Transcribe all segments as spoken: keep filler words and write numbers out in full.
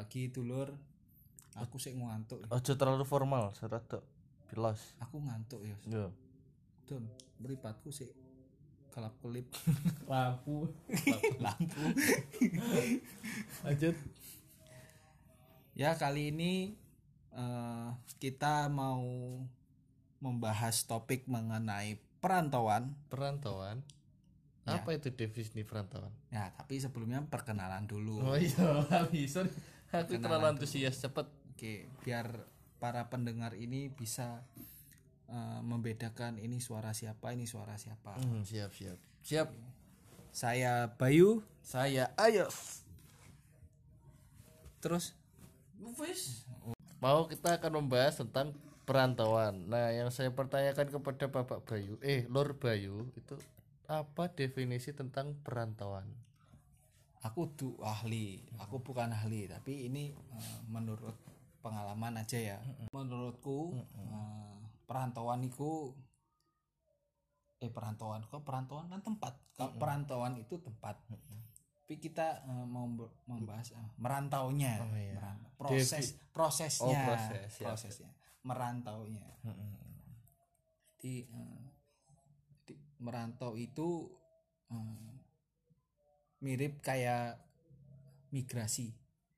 pagi dulur. Aku sik ngantuk. Aja terlalu formal, rada pilos. Aku ngantuk ya. Yo. Don, mripatku sik kelap-kelip. lampu Lampu. lanjut. Ya, kali ini uh, kita mau membahas topik mengenai perantauan. Perantauan. Ya. Apa itu definisi perantauan? Ya, tapi sebelumnya perkenalan dulu. Oh iya, bisa. Aku terlalu antusias cepet. Oke, biar para pendengar ini bisa uh, membedakan ini suara siapa, ini suara siapa. Hmm, siap, siap. Siap. Saya Bayu, Saya ayo. terus Mau kita akan membahas tentang perantauan. Nah, yang saya pertanyakan kepada Bapak Bayu, eh Lur Bayu, itu apa definisi tentang perantauan? aku tuh ahli, aku bukan ahli, tapi ini uh, menurut pengalaman aja ya. Menurutku uh, perantauan itu eh perantauan kok perantauan kan tempat. Kalau perantauan itu tempat. Tapi kita uh, mau membahas uh, merantaunya, Oh, iya. Merantau. proses Devi- prosesnya, Oh, proses, ya. prosesnya, merantaunya. Jadi, uh, di, merantau itu uh, mirip kayak migrasi,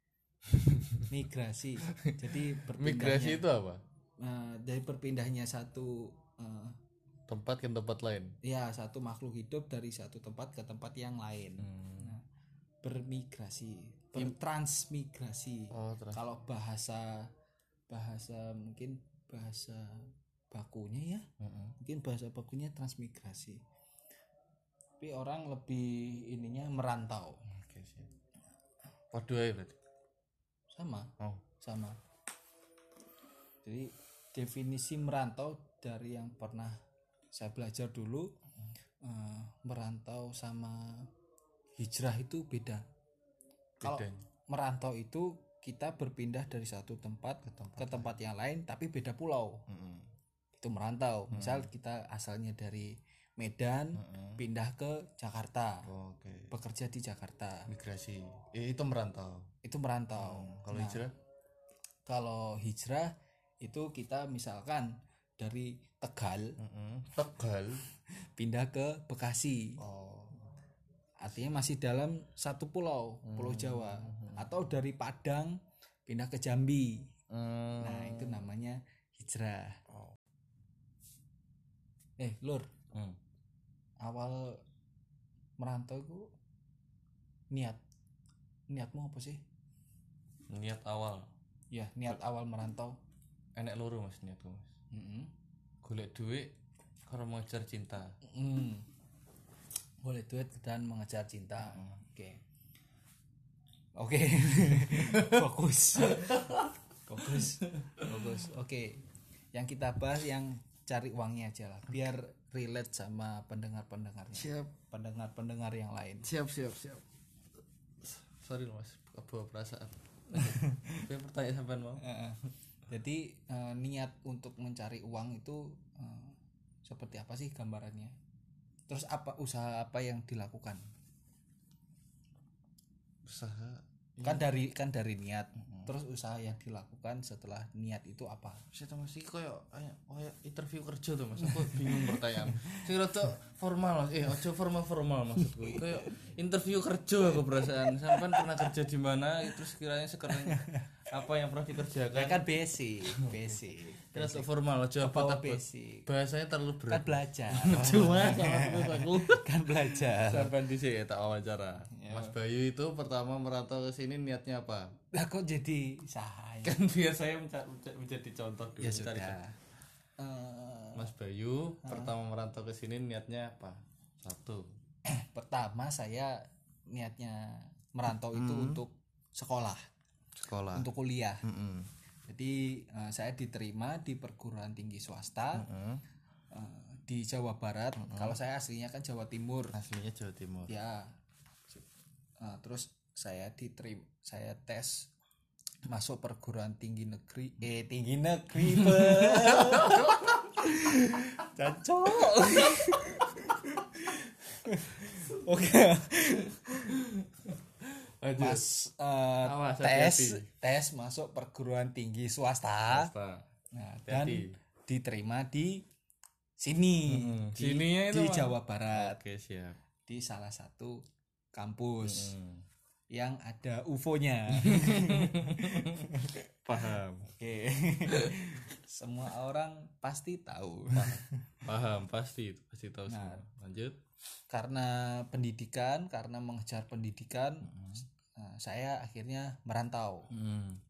migrasi. Jadi berpindahnya, Migrasi itu apa? uh, dari berpindahnya satu uh, Tempat ke tempat lain. ya satu makhluk hidup dari satu tempat ke tempat yang lain. Nah, bermigrasi, bertransmigrasi. Oh, terus. Kalau bahasa bahasa mungkin bahasa bakunya ya, mungkin bahasa bakunya transmigrasi. Tapi orang lebih ininya merantau. Oke, siap. Waduh aja berarti. Sama, Oh. sama. Jadi definisi merantau dari yang pernah saya belajar dulu, uh, merantau sama hijrah itu beda. Kalau Bedanya. merantau itu kita berpindah dari satu tempat ke tempat, ke tempat yang lain tapi beda pulau. Mm-mm. Itu merantau. Misal kita asalnya dari Medan, pindah ke Jakarta, Oh, oke. bekerja di Jakarta. Migrasi. Eh, itu merantau. Itu merantau. Kalau Nah, hijrah? Kalau hijrah itu kita misalkan dari Tegal Tegal. pindah ke Bekasi. Oh. Artinya masih dalam satu pulau, Pulau Jawa. Atau dari Padang pindah ke Jambi. Hmm. Nah, itu namanya hijrah. Oh. Eh, Lur, Hmm. awal merantau itu niat. Niatmu apa sih? Niat awal. Ya, niat awal merantau. Enek loro Mas niatku, Mas. Heeh. Golek duit karo mengejar cinta. Hmm. Boleh duit dan mengejar cinta. Oke. Oke. Fokus. Fokus. Fokus. Oke. Yang kita bahas yang cari uangnya aja lah, biar relate sama pendengar-pendengarnya. Siap. Pendengar-pendengar yang lain. Siap, siap, siap. Sorry loh, Mas, kebawa perasaan. Saya pertanyaan sampean mau. Heeh. Jadi eh, niat untuk mencari uang itu eh, seperti apa sih gambarannya? Terus apa usaha apa yang dilakukan? Usaha Kan dari kan dari niat. Terus usaha yang dilakukan setelah niat itu apa? saya tuh masih kayak kayak kayak interview kerja tuh Mas. Aku bingung pertanyaan. Sing rada formal Mas. Eh, aja formal-formal maksudku. Kayak interview kerja aku perasaan. Sampean pernah kerja di mana? Terus kiranya sekarang apa yang pernah dikerjakan? Ya kan basic, basic. Terus formal aja apa Bawa apa. basic. Bahasanya terlalu Kan berat. belajar. Cuma maksud aku Kan belajar. sampean dhisik ya tak wawancara. Mas Bayu itu pertama merantau ke sini niatnya apa? Lah kok jadi saya? Kan biar saya menca- menca- menjadi contoh dulu. Ya mencari sudah. contoh. Eh, Mas Bayu pertama merantau ke sini niatnya apa? Satu. pertama saya niatnya merantau itu untuk sekolah, Sekolah. untuk kuliah. Mm-mm. Jadi eh, saya diterima di perguruan tinggi swasta Mm-mm. eh, di Jawa Barat. Kalau saya aslinya kan Jawa Timur. Aslinya Jawa Timur. Ya. Eh, terus saya diterima, saya tes masuk perguruan tinggi negeri, eh tinggi negeri, cocok. Oke. pas eh, Awas, tes hati-hati. tes masuk perguruan tinggi swasta. Swasta. Nah, dan Hati-hati. diterima di sini Mm-mm. di, Sininya itu di mana? Jawa Barat Oke, siap. di salah satu kampus Mm. yang ada U F O-nya. Paham. Oke. Semua orang pasti tahu. Paham, pasti itu pasti tahu Nah. semua. Lanjut. Karena pendidikan, karena mengejar pendidikan, nah, saya akhirnya merantau. Mm.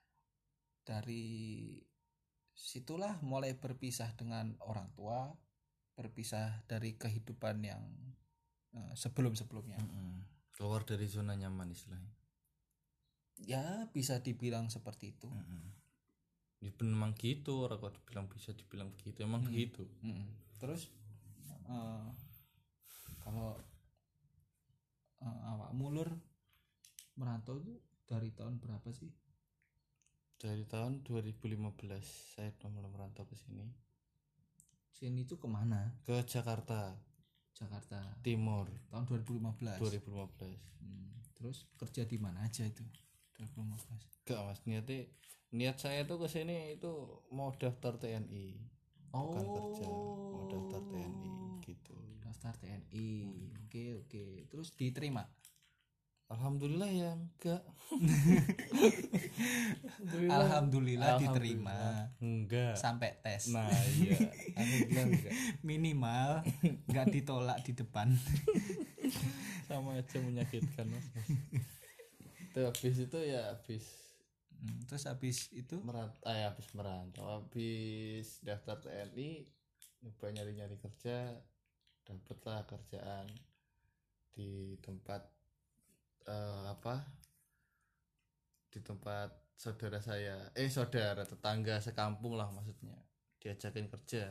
Dari situlah mulai berpisah dengan orang tua, berpisah dari kehidupan yang uh, sebelum-sebelumnya. Mm-mm. Keluar dari zona nyaman istilahnya. Ya bisa dibilang seperti itu. Mm-mm. Ya memang gitu, orang kok dibilang bisa dibilang begitu, emang Mm. begitu. Mm-mm. Terus uh, kalau uh, awak mulur merantau itu dari tahun berapa sih? Dari tahun dua ribu lima belas saya sudah mulai merantau ke sini. Sini itu kemana? Ke Jakarta Jakarta. Timur Tahun dua ribu lima belas. dua ribu lima belas. Hmm. Terus kerja di mana aja itu? dua ribu lima belas. Gak mas, niatnya niat saya tuh ke sini itu mau daftar T N I. Bukan kerja, mau daftar T N I gitu. Daftar T N I. Oke, oke. Terus diterima. Alhamdulillah ya enggak. Alhamdulillah diterima. Enggak. Sampai tes. Nah, iya. Alhamdulillah enggak. Minimal enggak ditolak di depan. Sama aja menyakitkan mas. Itu habis itu ya habis Hmm, terus habis itu merantau, eh, habis merantau, habis daftar T N I, nyoba nyari-nyari kerja, dapatlah kerjaan di tempat eh, apa? Di tempat saudara saya, eh saudara tetangga sekampung lah maksudnya, diajakin kerja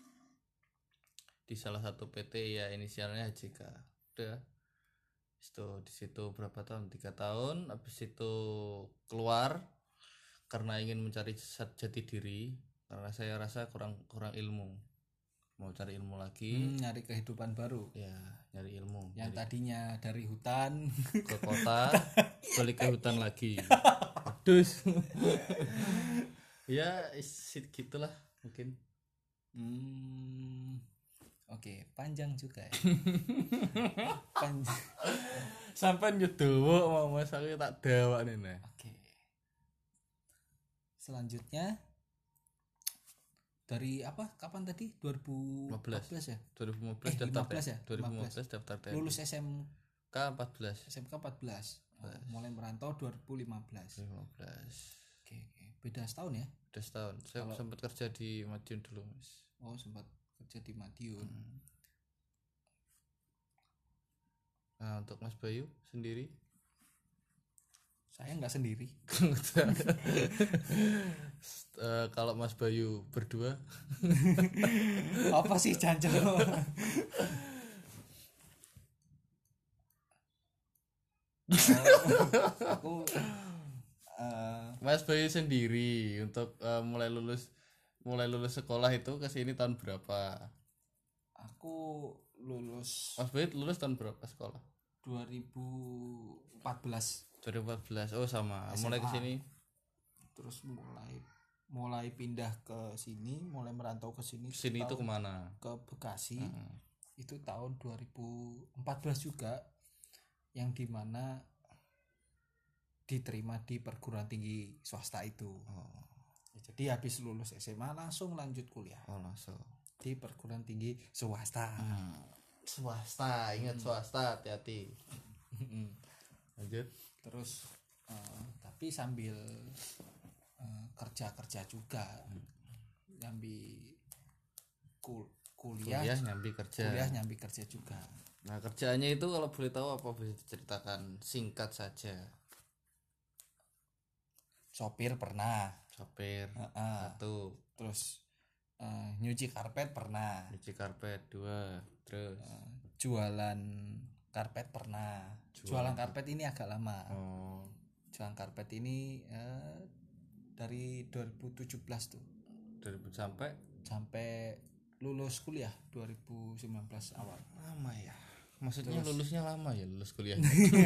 di salah satu P T ya inisialnya H K. Udah. Itu di situ berapa tahun? Tiga tahun. Habis itu keluar karena ingin mencari jati diri, karena saya rasa kurang kurang ilmu, mau cari ilmu lagi. hmm, nyari kehidupan baru. Ya nyari ilmu. Yang Nyari tadinya dari hutan ke kota, balik ke hutan lagi. Terus ya is- gitulah mungkin. Hmm, oke, panjang juga ya. Panjang. Sampai nyedowo mau mas aku tak dawa nih nah. Oke. Selanjutnya dari apa? Kapan tadi? dua ribu empat belas ya? dua ribu lima belas Eh, daftar lima belas ya? dua ribu lima belas daftar T N I. Lulus S M K empat belas. S M K empat belas. Oh, mulai merantau dua ribu lima belas. dua ribu lima belas. Oke, oke. Beda setahun ya? Udah setahun. Saya Kalau- sempat kerja di Madiun dulu mas. Oh, sempat kerja di Madiun. Hmm. Nah untuk Mas Bayu sendiri Saya nggak sendiri. Eh, kalau Mas Bayu berdua Apa sih Janjo? Oh, aku eh, Mas Bayu sendiri untuk eh, mulai lulus mulai lulus sekolah itu ke sini tahun berapa? aku lulus Mas Bayu lulus tahun berapa sekolah? dua ribu empat belas. dua ribu empat belas. Oh sama. S M A. Mulai ke sini Terus mulai mulai pindah ke sini, mulai merantau ke sini. sini itu tahun- kemana? ke Bekasi. Hmm. Itu tahun dua ribu empat belas juga, yang dimana diterima di perguruan tinggi swasta itu. Oh, Jadi habis lulus S M A langsung lanjut kuliah oh langsung. di perguruan tinggi swasta. Hmm. Swasta, ingat swasta, hati-hati. Lanjut. Terus eh, tapi sambil eh, kerja-kerja juga, nyambi kul- kuliah, Kuliah nyambi kerja. kuliah nyambi kerja juga. Nah kerjaannya itu kalau boleh tahu apa bisa diceritakan singkat saja. Sopir pernah, Sopir Heeh. satu, terus eh, nyuci karpet pernah, nyuci karpet dua, terus eh, jualan karpet pernah. Jualan. Jualan karpet ini agak lama. oh Jualan karpet ini eh, dari dua ribu tujuh belas tuh dari sampai sampai lulus kuliah dua ribu sembilan belas awal. lama ya. Maksudnya Terus- lulusnya lama ya, lulus kuliah.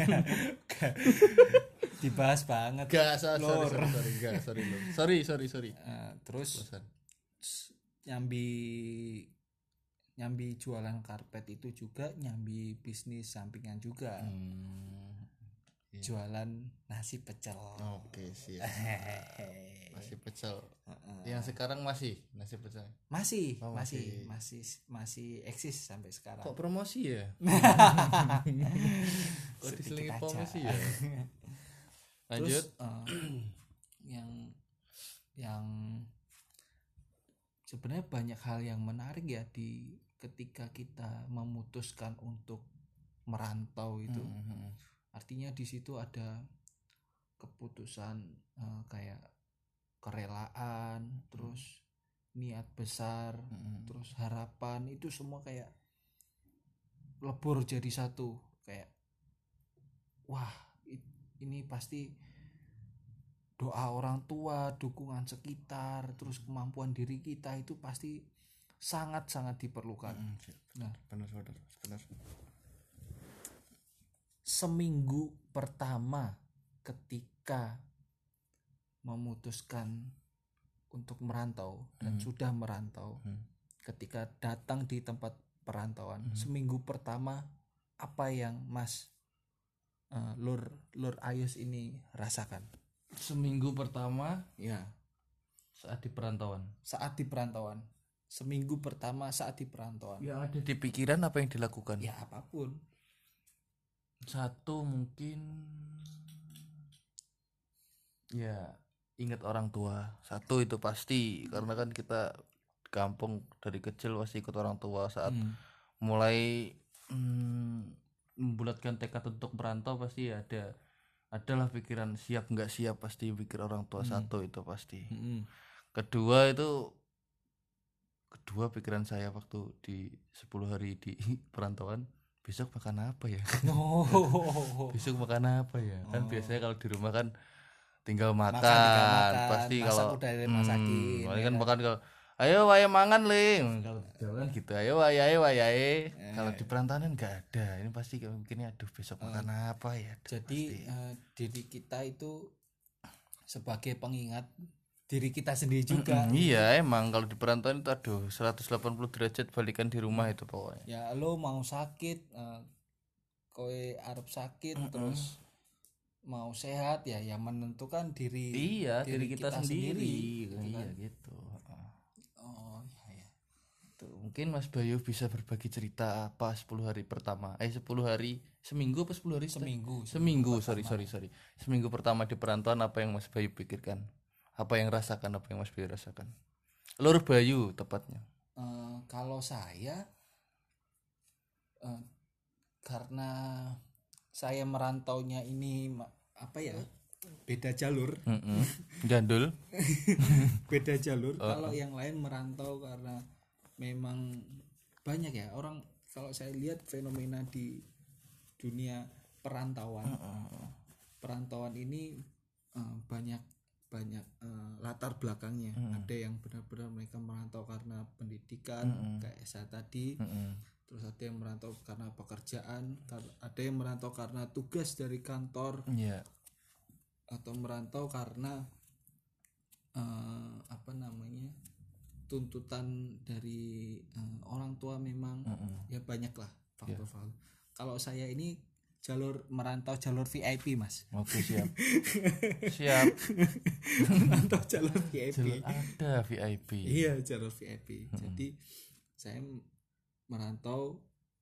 Dibahas banget. Gak, sorry, sorry, Lur. sorry, sorry, gak, sorry, Lur. sorry, sorry, sorry. Eh, terus Bosan. nyambi nyambi jualan karpet itu juga nyambi bisnis sampingan juga. Hmm. Iya. Jualan nasi pecel. Oke, siap. Hehehe. Nasi pecel. Heeh. Yang sekarang masih nasi pecel. Masih, Oh, masih, masih, masih eksis sampai sekarang. Kok promosi ya? Kok Sedikit diselingi aja. promosi ya? Lanjut. Terus eh, yang yang sebenarnya banyak hal yang menarik ya di ketika kita memutuskan untuk merantau itu. Hmm. Artinya di situ ada keputusan eh, kayak kerelaan, terus niat besar, Hmm. terus harapan, itu semua kayak lebur jadi satu. Kayak wah, i- ini pasti doa orang tua, dukungan sekitar, terus kemampuan diri kita itu pasti sangat-sangat diperlukan. Hmm, siap. Nah, Benar, benar, benar. seminggu pertama ketika memutuskan untuk merantau dan Hmm. sudah merantau, Hmm. ketika datang di tempat perantauan, Hmm. seminggu pertama apa yang Mas eh, Lur Lur Ayus ini rasakan? Seminggu pertama Ya, saat di perantauan. saat di perantauan. Seminggu pertama saat di perantauan. Yang ada di pikiran apa yang dilakukan? Ya apapun. Satu mungkin ya ingat orang tua. Satu itu pasti karena kan kita di kampung dari kecil pasti ikut orang tua saat Hmm. mulai hmm, membulatkan tekad untuk merantau pasti ada adalah pikiran siap nggak siap pasti pikir orang tua. Hmm. Satu itu pasti. Mm-mm. Kedua itu kedua pikiran saya waktu di sepuluh hari di perantauan, besok makan apa ya? Oh. Besok makan apa ya? Kan Oh. biasanya kalau di rumah kan tinggal makan, Makan, tinggal makan. pasti Masak kalau udah ada masakin, paling ya kan kan? makan kalau ayo waya mangan le, kalau jalan gitu ayo waya ayo waya Eh. kalau di perantauan kan nggak ada, ini pasti mikirnya aduh besok makan apa ya. Aduh, Jadi pasti. eh, diri kita itu sebagai pengingat diri kita sendiri juga. Mm, iya emang kalau di perantauan itu aduh seratus delapan puluh derajat balikan di rumah itu pokoknya. Ya lo mau sakit, eh, kowe arep sakit, terus mau sehat ya yang menentukan diri Iya diri, kita, sendiri, gitu iya kan. gitu. Heeh. Oh ya, ya. Tuh, mungkin Mas Bayu bisa berbagi cerita apa sepuluh hari pertama eh sepuluh hari seminggu apa sepuluh hari Seminggu, seminggu sorry sorry sorry seminggu pertama di perantauan apa yang Mas Bayu pikirkan, apa yang rasakan, apa yang Mas Bayu rasakan, Lur Bayu tepatnya. Eh, kalau saya eh, karena saya merantaunya ini ma- apa ya, beda jalur. Mm-mm. Gandul. Beda jalur. Kalau yang lain merantau karena memang banyak ya orang, kalau saya lihat fenomena di dunia perantauan. Perantauan ini eh, banyak banyak eh, latar belakangnya. Ada yang benar-benar mereka merantau karena pendidikan kayak saya tadi. Mm-mm. Terus ada yang merantau karena pekerjaan, kar- ada yang merantau karena tugas dari kantor, Iya. atau merantau karena eh, apa namanya, tuntutan dari eh, orang tua memang. Mm-mm. Ya banyak lah faktor-faktor. Kalau saya ini jalur merantau jalur V I P Mas. Oke siap. Siap. Merantau jalur V I P. Jalur ada V I P. Iya, jalur V I P. Jadi saya merantau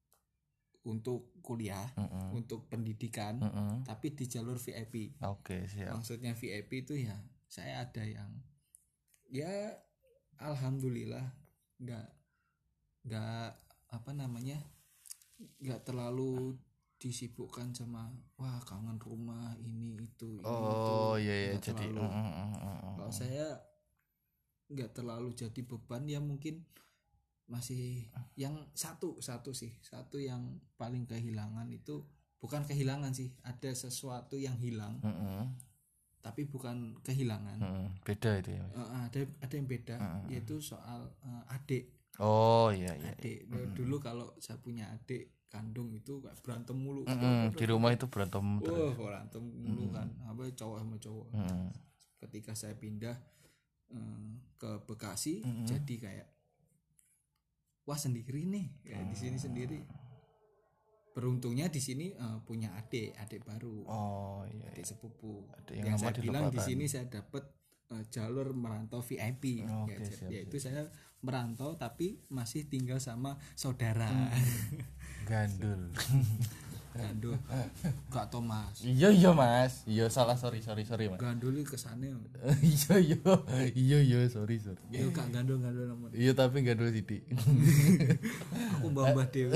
untuk kuliah, Mm-mm. untuk pendidikan, Mm-mm. tapi di jalur V I P. Oke siap. Maksudnya V I P itu ya saya ada yang ya alhamdulillah nggak nggak apa namanya nggak terlalu disibukkan sama wah kangen rumah ini itu ini Oh itu. iya iya Nggak jadi terlalu. mm, mm, mm, mm, Kalau mm. saya nggak terlalu jadi beban, ya mungkin masih yang satu satu sih satu yang paling kehilangan itu, bukan kehilangan sih, ada sesuatu yang hilang Mm-mm. tapi bukan kehilangan. Mm-mm. Beda itu ya Mas. Eh, ada ada yang beda, Mm-mm. yaitu soal eh, adik Oh iya iya. Adik dulu kalau saya punya adik kandung itu kayak berantem mulu. Mm-mm, di rumah itu berantem terus. Wah, berantem mulu kan. Apa cowok sama cowok. Mm. Ketika saya pindah eh, ke Bekasi jadi kayak wah sendiri nih, kayak di sini sendiri. Beruntungnya di sini eh, punya adik, adik baru. Oh iya. Adik sepupu. Adik yang yang saya amat bilang di dilupakan. sini saya dapat eh, jalur merantau V I P. Oke, ya, siap, yaitu saya merantau tapi masih tinggal sama saudara. Gandul. Gandul. Kak Thomas. Iya iya Mas. Iya salah sorry sorry sorry Mas. Gandul iki kesane. Iya iya. Iya iya sorry sorry. Ya kak gandul-gandul namun. Iya tapi gandul sithik. Aku mbah-mbah dhewe.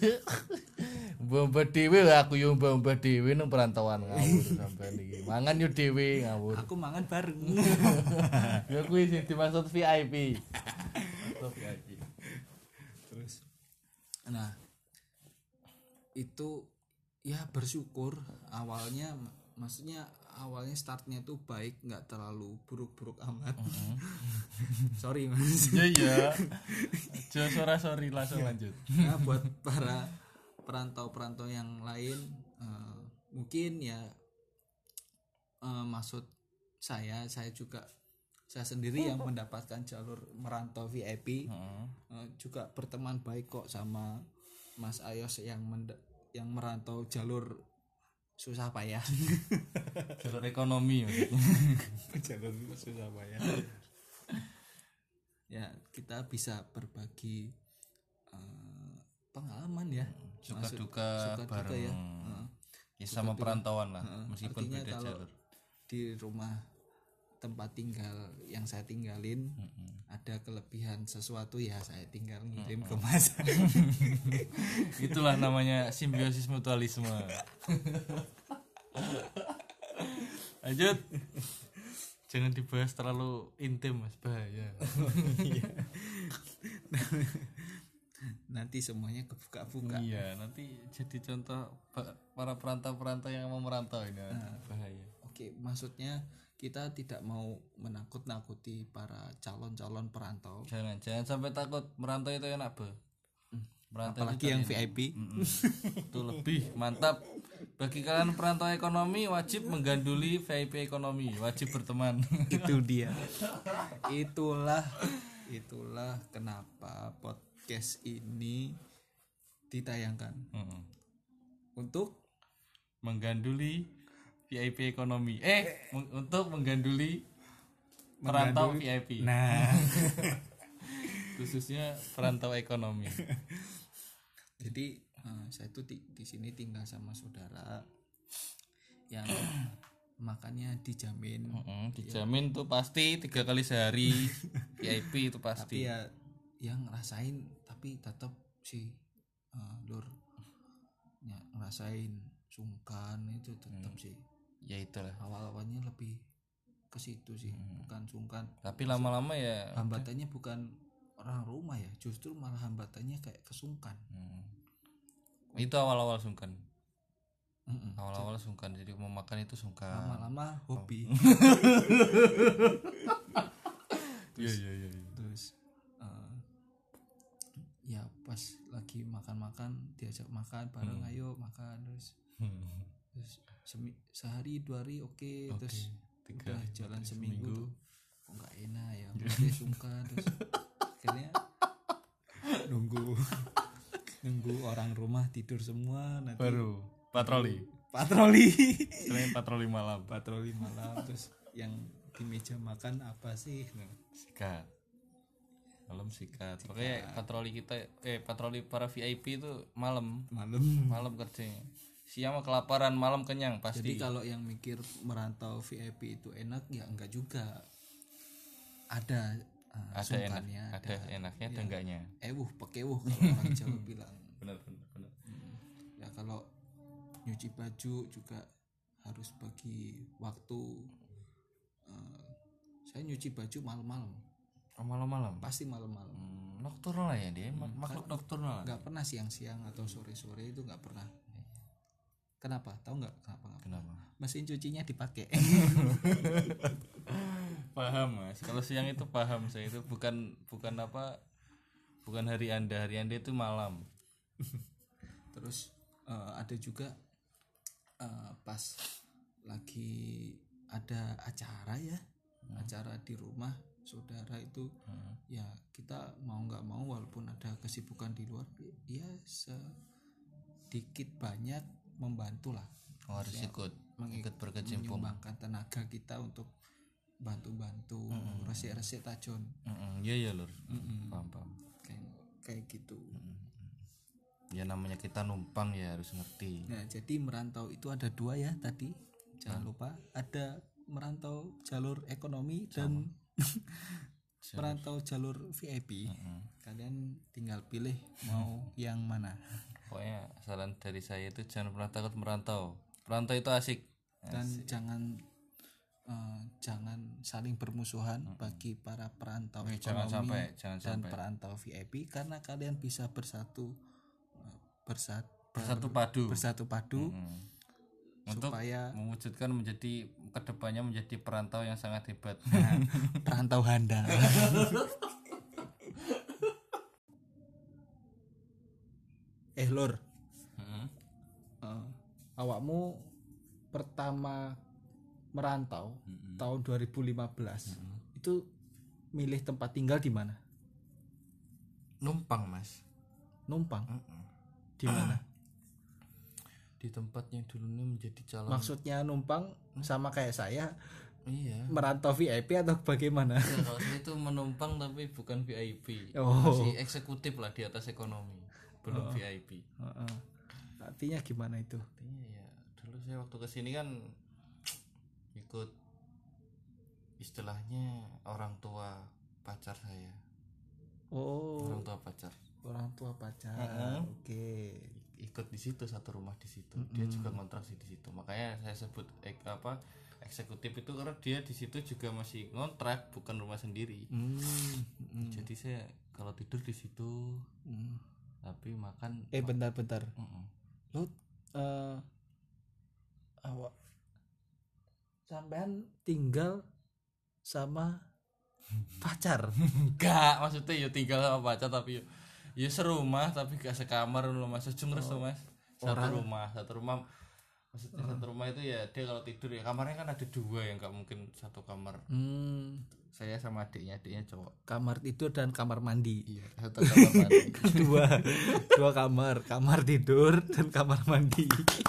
Mbah dhewe aku yo mbah dhewe nang perantauan ngawur sampean iki. Mangan yo dhewe ngawur. Aku mangan bareng. Ya kuwi sing dimaksud V I P. V I P. Terus nah itu ya bersyukur awalnya maksudnya awalnya startnya tuh baik, nggak terlalu buruk-buruk amat. Sorry Mas. Iya iya. Jo sora sorry langsung lanjut. Nah, buat para perantau-perantau yang lain eh, mungkin ya eh, maksud saya saya juga saya sendiri yang mendapatkan jalur merantau V I P Heeh. eh, juga berteman baik kok sama Mas Ayos yang menda- yang merantau jalur susah payah. Jalur ekonomi maksudnya. Jalur susah payah. Ya kita bisa berbagi eh, pengalaman ya. Suka Maksud- duka suka duka bareng. ya. Heeh. Ya sama duka. perantauan lah Heeh, meskipun artinya beda kalau jalur. di rumah tempat tinggal yang saya tinggalin ada kelebihan sesuatu ya saya tinggal ngirim ke Mas. Itulah namanya simbiosis mutualisme. Lanjut. Jangan dibahas terlalu intim Mas, bahaya. Nanti semuanya kebuka-buka. Iya, nanti jadi contoh pa- para perantau-perantau yang mau merantau ini. Bahaya. Oke, maksudnya kita tidak mau menakut-nakuti para calon-calon perantau. Jangan, jangan sampai takut merantau itu enak, Be. Merantau Apalagi itu yang enak. V I P. Mm-mm. Itu lebih mantap. Bagi kalian perantau ekonomi wajib mengganduli V I P ekonomi, wajib berteman. Itu dia. Itulah itulah kenapa podcast ini ditayangkan Mm-mm. untuk Mengganduli V I P ekonomi. Eh, meng- untuk mengganduli perantau V I P. Nah, Khususnya perantau ekonomi. jadi eh, saya tuh di, di sini tinggal sama saudara yang makannya dijamin. Mm-mm, dijamin tuh pasti tiga kali sehari V I P itu pasti. Tapi ya yang ngerasain tapi tetap sih eh, lur ya, ngerasain sungkan itu tetap sih. Ya itulah. Awal-awalnya lebih ke situ sih, bukan sungkan. Tapi lama-lama ya Hambatannya bukan orang rumah ya, justru malah hambatannya kayak kesungkan. hmm. Itu awal-awal sungkan. Mm-mm. Awal-awal sungkan. Jadi mau makan itu sungkan. Lama-lama hobi. Iya iya iya. Terus eh, ya pas lagi makan-makan diajak makan bareng, ayo makan terus terus semi- sehari dua hari oke, terus tiga udah hari, jalan empat hari, seminggu, seminggu. tuh kok nggak enak ya, mulai sungkan terus akhirnya nunggu nunggu orang rumah tidur semua nanti Baru patroli. patroli Selain patroli malam. patroli malam terus yang di meja makan apa sih. Nah, Sikat. Malam sikat. Pokoknya patroli kita eh patroli para V I P itu malam. malam. Malam kerjanya. Siang mah kelaparan, malam kenyang pasti. Jadi kalau yang mikir merantau V I P itu enak ya enggak juga. Ada uh, ada enak, sungkannya, ada enaknya, ada enggaknya. ewuh pekewuh kalau orang Jawa bilang. Benar benar benar. Ya kalau nyuci baju juga harus bagi waktu. Uh, saya nyuci baju malam-malam, Oh, malam-malam. pasti malam-malam. Hmm, nocturnal lah ya dia, mak- makhluk nocturnal. Nggak pernah siang-siang atau sore-sore itu nggak pernah. Kenapa? Tahu nggak kenapa? nggak pernah? Kenapa? Mesin cucinya dipakai. Paham Mas. Kalau siang itu paham saya itu bukan bukan apa bukan hari Anda, hari Anda itu malam. Terus uh, ada juga uh, pas lagi ada acara ya, hmm. acara di rumah saudara itu, hmm. ya kita mau nggak mau walaupun ada kesibukan di luar, ya sedikit banyak membantu lah. Oh, harus ikut, ikut berkecimpung, menyumbangkan tenaga kita untuk bantu-bantu, hmm. resik-resik tajon. Iya ya lur, paham paham. Kayak kayak gitu. Hmm. Ya namanya kita numpang ya harus ngerti. Nah jadi merantau itu ada dua ya tadi, jangan nah. lupa ada merantau jalur ekonomi dan merantau jalur V I P. Uh-huh. Kalian tinggal pilih mau yang mana. Pokoknya saran dari saya itu jangan pernah takut merantau. Merantau itu asik. Dan asik. jangan uh, jangan saling bermusuhan uh-huh. bagi para perantau eh, ekonomi jangan sampai, jangan dan sampai. perantau V I P, karena kalian bisa bersatu uh, bersat, bersatu padu. Bersatu padu. Uh-huh. Untuk supaya mewujudkan menjadi kedepannya menjadi perantau yang sangat hebat. Nah, perantau handal. eh lor, hmm? uh, awakmu pertama merantau hmm. tahun dua ribu lima belas hmm. itu milih tempat tinggal di mana? Numpang mas. Numpang? Hmm. Di mana? Di tempatnya dulu ini menjadi calon. Maksudnya numpang sama kayak saya, iya, merantau V I P atau bagaimana? Ya, kalau saya itu menumpang tapi bukan V I P, oh. masih eksekutif lah, di atas ekonomi, belum oh. V I P. oh, oh. Artinya gimana itu? Artinya ya dulu saya waktu kesini kan ikut istilahnya orang tua pacar saya. Oh, orang tua pacar orang tua pacar uh-huh. Oke, okay. Ikut di situ, satu rumah di situ. Mm-hmm. Dia juga ngontrak sih di situ. Makanya saya sebut ek, apa eksekutif itu karena dia di situ juga masih ngontrak, bukan rumah sendiri. Mm-hmm. Jadi saya kalau tidur di situ, mm. tapi makan. Eh bentar-bentar. Mm-hmm. Lu uh, awak sampean tinggal sama pacar? Enggak, maksudnya ya tinggal sama pacar tapi ya ya serumah tapi gak sekamar loh mas, cuma oh, mas satu orang. rumah satu rumah maksudnya oh. satu rumah itu ya dia kalau tidur ya kamarnya kan ada dua yang gak mungkin satu kamar. hmm. Saya sama adiknya, adiknya cowok. Kamar tidur dan kamar mandi. Iya, satu kamar mandi. dua dua kamar, kamar tidur dan kamar mandi.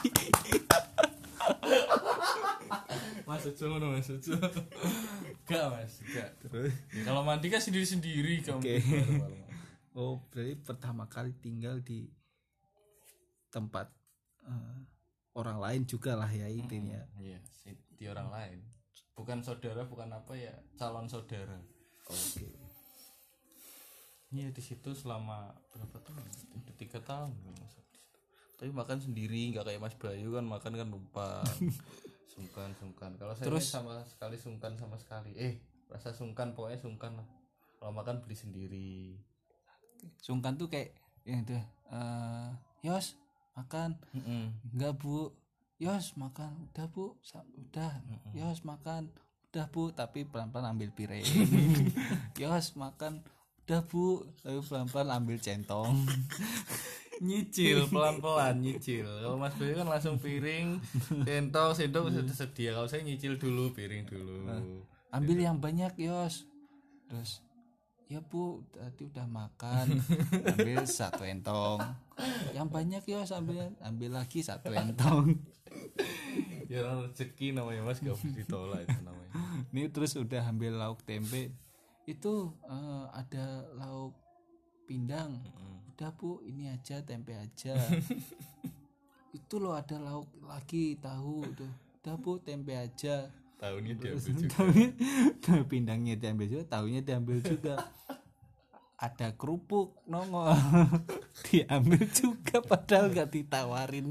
Mas Ucu no mas Ucu. Gak mas, gak. Terus ya, kalau mandi kan sendiri sendiri kamu. Okay. Oh, berarti pertama kali tinggal di tempat uh, orang lain juga lah ya intinya. Hmm, iya, di orang lain. Bukan saudara, bukan apa ya, calon saudara. Oke. Okay. Iya di situ selama berapa tahun? Udah tiga tahun mas. Tapi makan sendiri, nggak kayak Mas Bayu kan makan kan numpang. sungkan sungkan. Kalau saya Terus, sama sekali sungkan sama sekali. Eh, rasa sungkan pokoknya sungkan lah. Kalau makan beli sendiri. Sungkan tuh kayak yang itu uh, Yos makan mm-mm. Enggak bu, Yos makan udah bu, udah mm-mm. Yos makan udah bu, tapi pelan-pelan ambil piring. Yos makan udah bu, tapi pelan-pelan ambil centong. Nyicil pelan-pelan nyicil. Kalau Mas Bayu kan langsung piring, centong, sendok sudah sedia. Kalau saya nyicil dulu piring dulu. Nah, ambil yang banyak Yos. Terus ya bu, tadi udah makan, ambil satu entong. Yang banyak Yos, ambil ambil lagi satu entong. Ya rezeki namanya mas, gak bisa ditolak itu namanya. Ini terus udah ambil lauk tempe. Itu uh, ada lauk pindang. Mm-hmm. Udah bu, ini aja tempe aja. Itu loh ada lauk lagi tahu tuh. Udah bu, tempe aja. Tahunya diambil juga. Tahunya, pindangnya diambil juga, tahunya diambil juga. Ada kerupuk nongol. Diambil juga padahal gak ditawarin.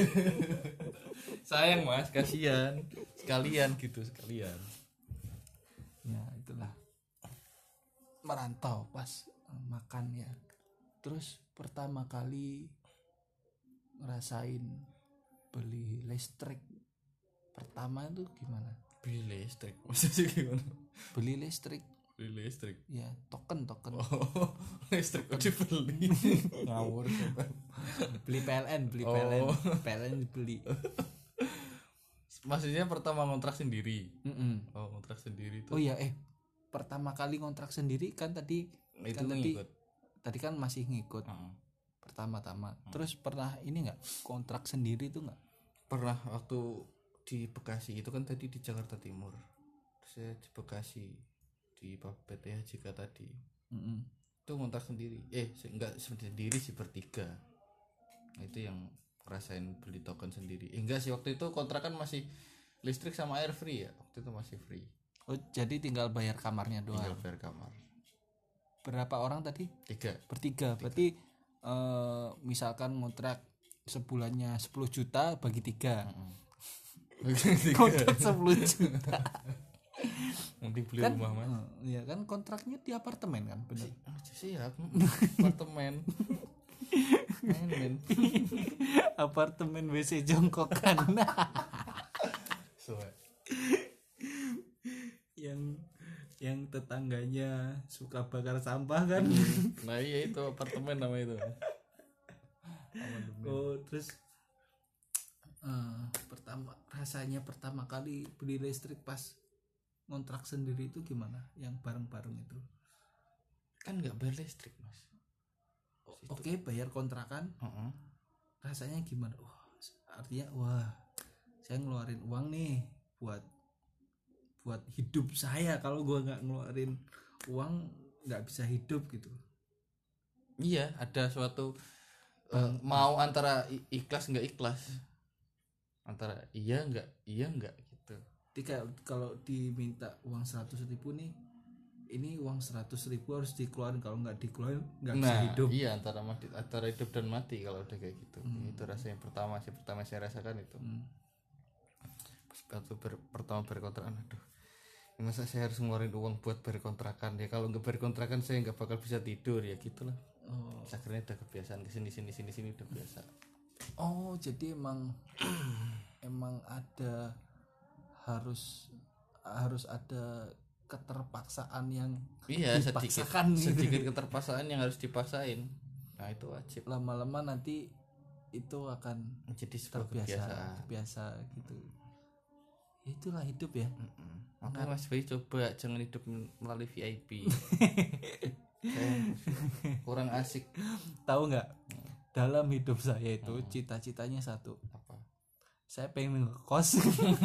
Sayang mas, kasihan. Sekalian gitu, sekalian. Ya itulah. Merantau pas makan ya. Terus pertama kali ngerasain beli listrik pertama itu gimana? Beli listrik maksudnya gimana? Beli listrik Beli listrik. Ya, token token. Oh, listrik kok dibeli. Ngawur sampean. Beli P L N, beli Oh. P L N. P L N dibeli. Maksudnya pertama ngontrak sendiri. Mm-mm. Oh, ngontrak sendiri Oh tuh. iya, eh pertama kali kontrak sendiri kan tadi Itu kan tadi ngikut. tadi kan masih ngikut Heeh. pertama-tama. Terus pernah ini enggak kontrak sendiri tuh enggak? Pernah waktu di Bekasi itu kan tadi di Jakarta Timur. Terus saya di Bekasi di P T H J K tadi. Mm-mm. Itu ngontrak sendiri. Eh, se- enggak sendiri sih bertiga. Nah, itu yang ngerasain beli token sendiri. Eh, enggak sih waktu itu kontrakan masih listrik sama air free ya. Waktu itu masih free. Oh, jadi tinggal bayar kamarnya doang. Tinggal bayar kamar. Berapa orang tadi? Tiga. Bertiga. Berarti eh, misalkan ngontrak sebulannya sepuluh juta bagi tiga. Kontrak sepuluh juta. Nanti beli Kan rumah mas. eh, ya kan kontraknya di apartemen kan, benar. Ah, siap. Apartemen. Main-main. Apartemen W C jongkokan. Suwe. yang yang tetangganya suka bakar sampah kan. Nah iya itu apartemen nama itu. Oh, terus eh, pertama rasanya pertama kali beli listrik pas ngontrak sendiri itu gimana? Yang bareng-bareng itu. Kan nggak bayar listrik mas. Oke, bayar kontrakan. Heeh. Rasanya gimana? Wah, artinya wah, saya ngeluarin uang nih buat buat hidup saya. Kalau gua nggak ngeluarin uang nggak bisa hidup gitu. Iya ada suatu eh, mau antara i- ikhlas nggak ikhlas. Antara iya nggak iya nggak gitu. Ketika kalau diminta uang seratus ribu nih, ini uang seratus ribu harus dikeluarin, kalau nggak dikeluarin nggak bisa Nah hidup. iya antara mati antara hidup dan mati kalau udah kayak gitu. Itu rasa yang pertama sih pertama saya rasakan itu. Hmm. Pas waktu ber- pertama berkontrakan aduh. Ya masa saya harus ngeluarin uang buat berkontrakan ya kalau nggak berkontrakan saya nggak bakal bisa tidur ya gitulah. Oh. Terus akhirnya udah kebiasaan kesini sini sini sini udah biasa. Oh, jadi emang emang ada harus harus ada keterpaksaan yang Iya sedikit dipaksakan gitu. sedikit keterpaksaan yang harus dipaksain. Nah itu wajib Lama-lama nanti itu akan menjadi sebuah terbiasa kebiasaan. terbiasa gitu. Itulah hidup ya. Mm-mm. Makanya Mas Bayu coba jangan hidup melalui V I P. Kayak kurang asik. Tahu nggak? Dalam hidup saya itu cita-citanya satu. Apa? Saya pengen ngekos.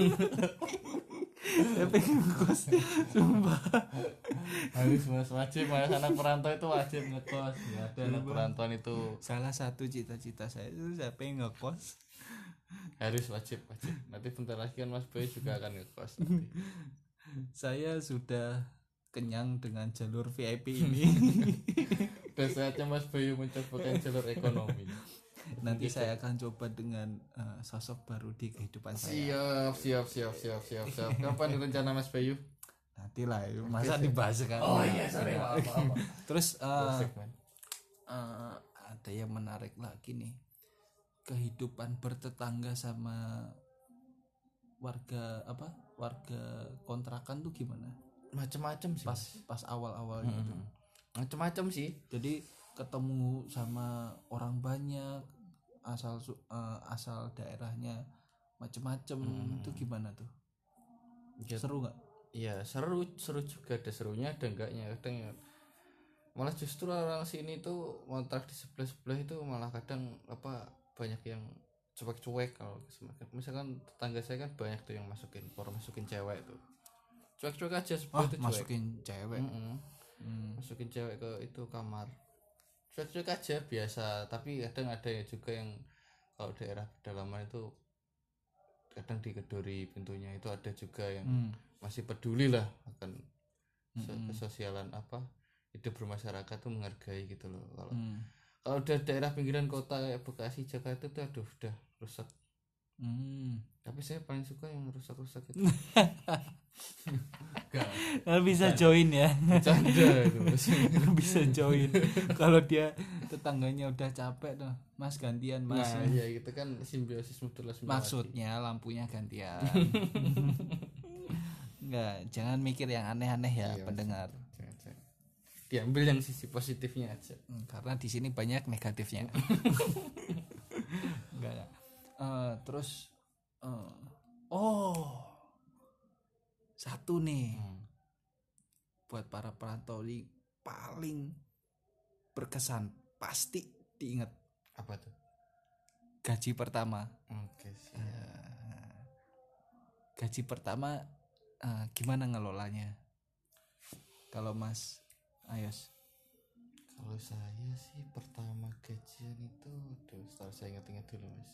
Saya pengen ngekos. Sumpah. Harus mas wajib mas anak perantau itu wajib ngekos. Ya ada anak perantauan itu Salah satu cita-cita saya itu saya pengen ngekos. harus wajib wajib. Nanti bentar lagi kan Mas Bayu juga akan ngekos. Nanti. Saya sudah kenyang dengan jalur V I P ini. Udah saatnya Mas Bayu mencoba jalur ekonomi. Nanti saya akan coba dengan uh, sosok baru di kehidupan saya. Siap siap siap siap siap siap. Kapan rencana Mas Bayu? Nanti lah, masa dibahas kan. Oh iya sorry maaf maaf. Terus uh, Segmen. uh, ada yang menarik lagi nih, kehidupan bertetangga sama warga apa warga kontrakan tuh gimana Macem-macem sih. pas pas awal-awal gitu. Macem-macem sih. Jadi ketemu sama orang banyak, asal su- uh, asal daerahnya macem-macem. Itu gimana tuh? Ya, Seru nggak? iya seru seru juga ada serunya ada enggaknya kadang ya. Malah justru orang sini tuh kontrak di sebelah sebelah itu malah kadang apa banyak yang cuek-cuek. Kalau misalkan tetangga saya kan banyak tuh yang masukin orang masukin cewek tuh cuek-cuek aja sebelah Ah, itu cuek. masukin cewek. Mm-mm. Hmm. Masukin cewek ke itu kamar cuek-cuek aja biasa. Tapi kadang ada ya juga yang kalau daerah pedalaman itu kadang digedori pintunya itu ada juga yang Hmm. masih peduli lah akan so- kesosialan apa hidup bermasyarakat tuh menghargai gitu loh. Kalau Hmm. kalau udah daerah pinggiran kota kayak Bekasi Jakarta tuh aduh udah rusak. Hmm. Tapi saya paling suka yang rusak-rusak itu. Gak Nah, bisa join ya. bercanda itu. Bisa join. Kalau dia tetangganya udah capek tuh, Mas gantian Mas. Nah ya itu kan simbiosis mutualisme. Maksudnya lampunya gantian. Enggak, jangan mikir yang aneh-aneh ya, Iya, pendengar. Jangan diambil yang sisi positifnya aja. Hmm, karena di sini banyak negatifnya. Enggak, enggak. Uh, terus uh, oh satu nih hmm. buat para perantau ini paling berkesan, pasti diingat. Apa tuh? Gaji pertama. Oke sih. Uh, gaji pertama uh, gimana ngelolanya? Kalau Mas Ayos? Kalau saya sih pertama gajian itu, tuh setelah saya ingat-ingat dulu Mas.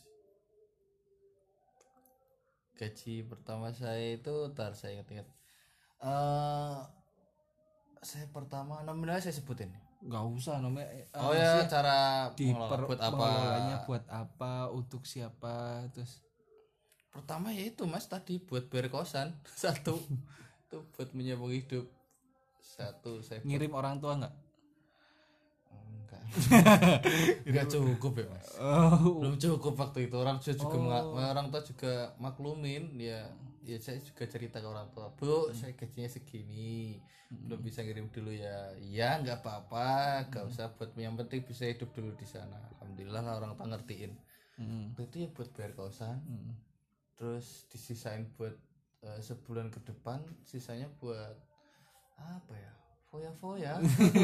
Gaji pertama saya itu, tar saya ingat-ingat. Uh, saya pertama nominalnya saya sebutin. Nggak usah namanya. Uh, oh ya, cara di per, buat apa? Pengelolanya buat apa? Untuk siapa? Terus pertama ya itu Mas tadi buat bayar kosan satu, itu buat menyambung hidup. Satu saya ngirim buat... orang tua nggak? Enggak. Enggak cukup ya Mas. Oh. Belum cukup waktu itu, orang tua juga oh. orang tua juga maklumin ya. Ya saya juga cerita ke orang tua, Bu, hmm. saya gajinya segini, hmm. belum bisa ngirim dulu ya. Ya nggak apa-apa, nggak hmm. usah buat, yang penting bisa hidup dulu di sana. Alhamdulillah orang tua ngertiin. Hmm. Itu ya buat bayar kosan, hmm. terus disisain buat uh, sebulan ke depan, sisanya buat apa ya? Foya-foya.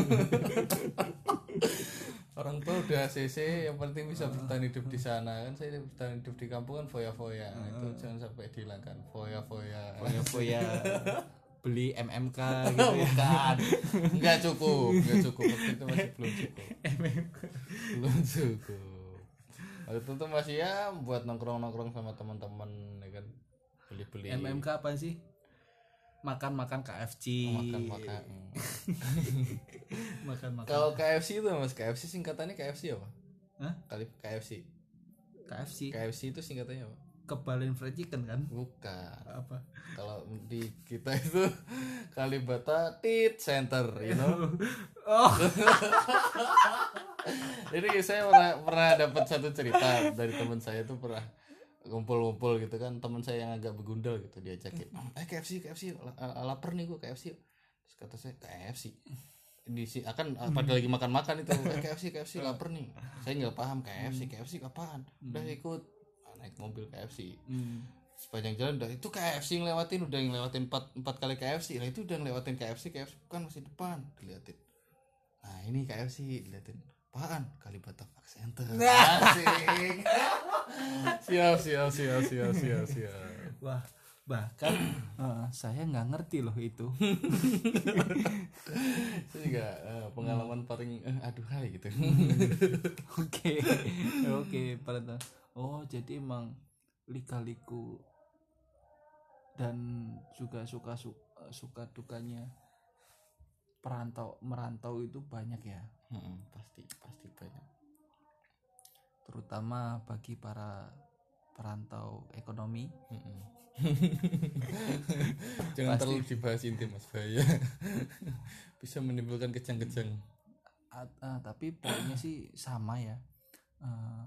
Orang tua udah A C C, yang penting bisa bertahan hidup di sana kan. Saya bertahan hidup di kampung kan foya-foya. Nah, itu jangan sampai dihilangkan. Foya-foya. Foya-foya. Beli M M K gitu ya. Bukan. Enggak cukup, enggak cukup. Waktu itu masih belum cukup. M M K. Belum cukup. Waktu itu masih ya buat nongkrong-nongkrong sama teman-teman ya kan. Beli-beli. M M K apa sih? Makan-makan K F C. Oh, makan-makan. Makan-makan. Kalau K F C itu Mas, K F C singkatannya K F C apa? Hah? Kali K F C. K F C. K F C itu singkatannya apa? Kebalin fried chicken kan? Bukan. Apa? Kalau di kita itu Kalibata Tit Center, you know. Oh. Jadi saya pernah pernah dapat satu cerita dari teman saya tuh, pernah ngumpul-ngumpul gitu kan, teman saya yang agak begundal gitu diajakin, eh K F C K F C lapar nih gue K F C. Terus kata saya K F C di si akan pada lagi makan-makan itu, eh K F C K F C lapar nih. Saya nggak paham K F C K F C apaan. Udah ikut naik mobil K F C. Sepanjang jalan udah itu K F C ngelewatin, udah ngelewatin empat empat kali K F C. Nah itu udah ngelewatin K F C, K F C kan masih depan diliatin. Nah ini K F C diliatin. Apaan? Kalibata Park Center. Asik. Siap, siap, siap, siap, siap, siap. Wah, bahkan uh, saya nggak ngerti loh itu. Saya juga uh, pengalaman paling uh, aduhai gitu. Oke, oke, pada oh jadi emang lika-liku dan juga suka suka, suka dukanya perantau merantau itu banyak ya. Hmm, pasti pasti banyak, terutama bagi para perantau ekonomi. Jangan pasti. Terlalu dibahas intim Mas, bahaya. Bisa menimbulkan kejang-kejang. Uh, uh, tapi poinnya sih sama ya, uh,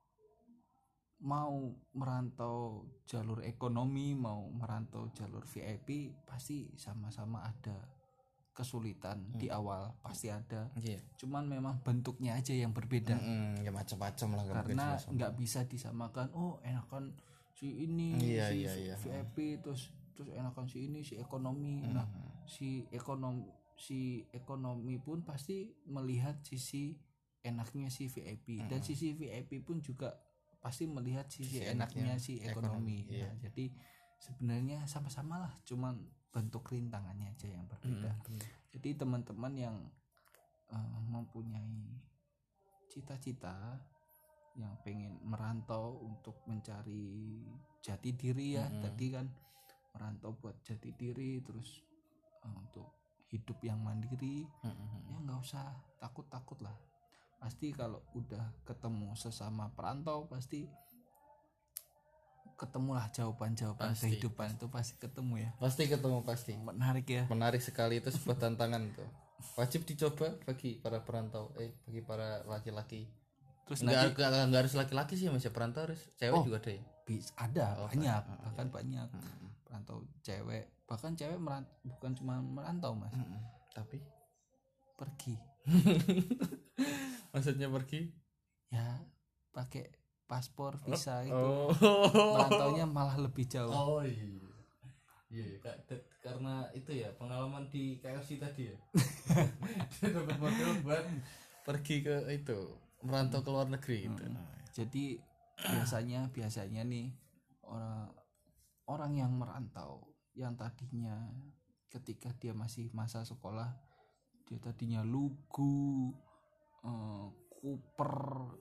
mau merantau jalur ekonomi, mau merantau jalur V I P, pasti sama-sama ada kesulitan hmm. di awal, pasti ada. Yeah. Cuman memang bentuknya aja yang berbeda. Hmm, ya macam-macam lah. Karena nggak bisa disamakan. Oh enakan si ini yeah, si yeah, yeah. V I P terus terus enakan si ini si ekonomi. Hmm. Nah si ekonomi si ekonomi pun pasti melihat sisi enaknya si V I P, hmm. dan sisi V I P pun juga pasti melihat sisi, sisi enaknya, enaknya si ekonomi. ekonomi. Nah, yeah. Jadi sebenarnya sama-sama lah, cuman bentuk rintangannya aja yang berbeda. Hmm. Jadi teman-teman yang uh, mempunyai cita-cita yang pengen merantau untuk mencari jati diri ya, hmm. tadi kan merantau buat jati diri, terus uh, untuk hidup yang mandiri, hmm. ya nggak usah takut-takut lah. Pasti kalau udah ketemu sesama perantau pasti ketemulah jawaban-jawaban pasti, kehidupan pasti. Itu pasti ketemu ya. Pasti ketemu pasti. Menarik ya. Menarik sekali, itu sebuah tantangan tuh. Wajib dicoba bagi para perantau, eh bagi para laki-laki. Terus enggak nanti, enggak, enggak harus laki-laki sih Mas, ya perantau harus cewek oh, juga ada ya. Bisa ada oh, banyak, kan. bahkan iya. banyak. Hmm. Perantau cewek, bahkan cewek merantau, bukan cuma merantau Mas. Hmm. Tapi pergi. Maksudnya pergi? Ya pakai paspor, visa itu. Oh. Merantaunya malah lebih jauh. Oh iya. Iya, Kak, d- karena itu ya pengalaman di K F C tadi ya. Dia dapat modal buat pergi ke itu, merantau ke luar negeri gitu. Jadi biasanya biasanya nih orang orang yang merantau yang tadinya ketika dia masih masa sekolah dia tadinya lugu, eh, kuper,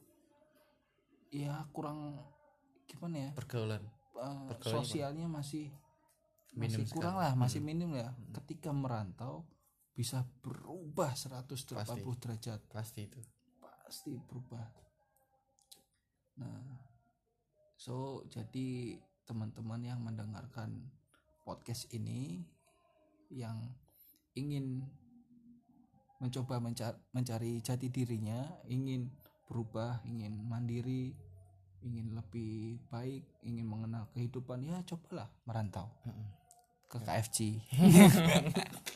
ya kurang gimana ya, Pergaulan. eh, Pergaulannya sosialnya masih Minim masih kurang sekali. lah, masih minim ya. Ketika merantau bisa berubah seratus delapan puluh derajat, Pasti itu. pasti berubah. Nah, so jadi teman-teman yang mendengarkan podcast ini yang ingin mencoba menca- mencari jati dirinya, ingin berubah, ingin mandiri, ingin lebih baik, ingin mengenal kehidupan, ya cobalah merantau ke K F C.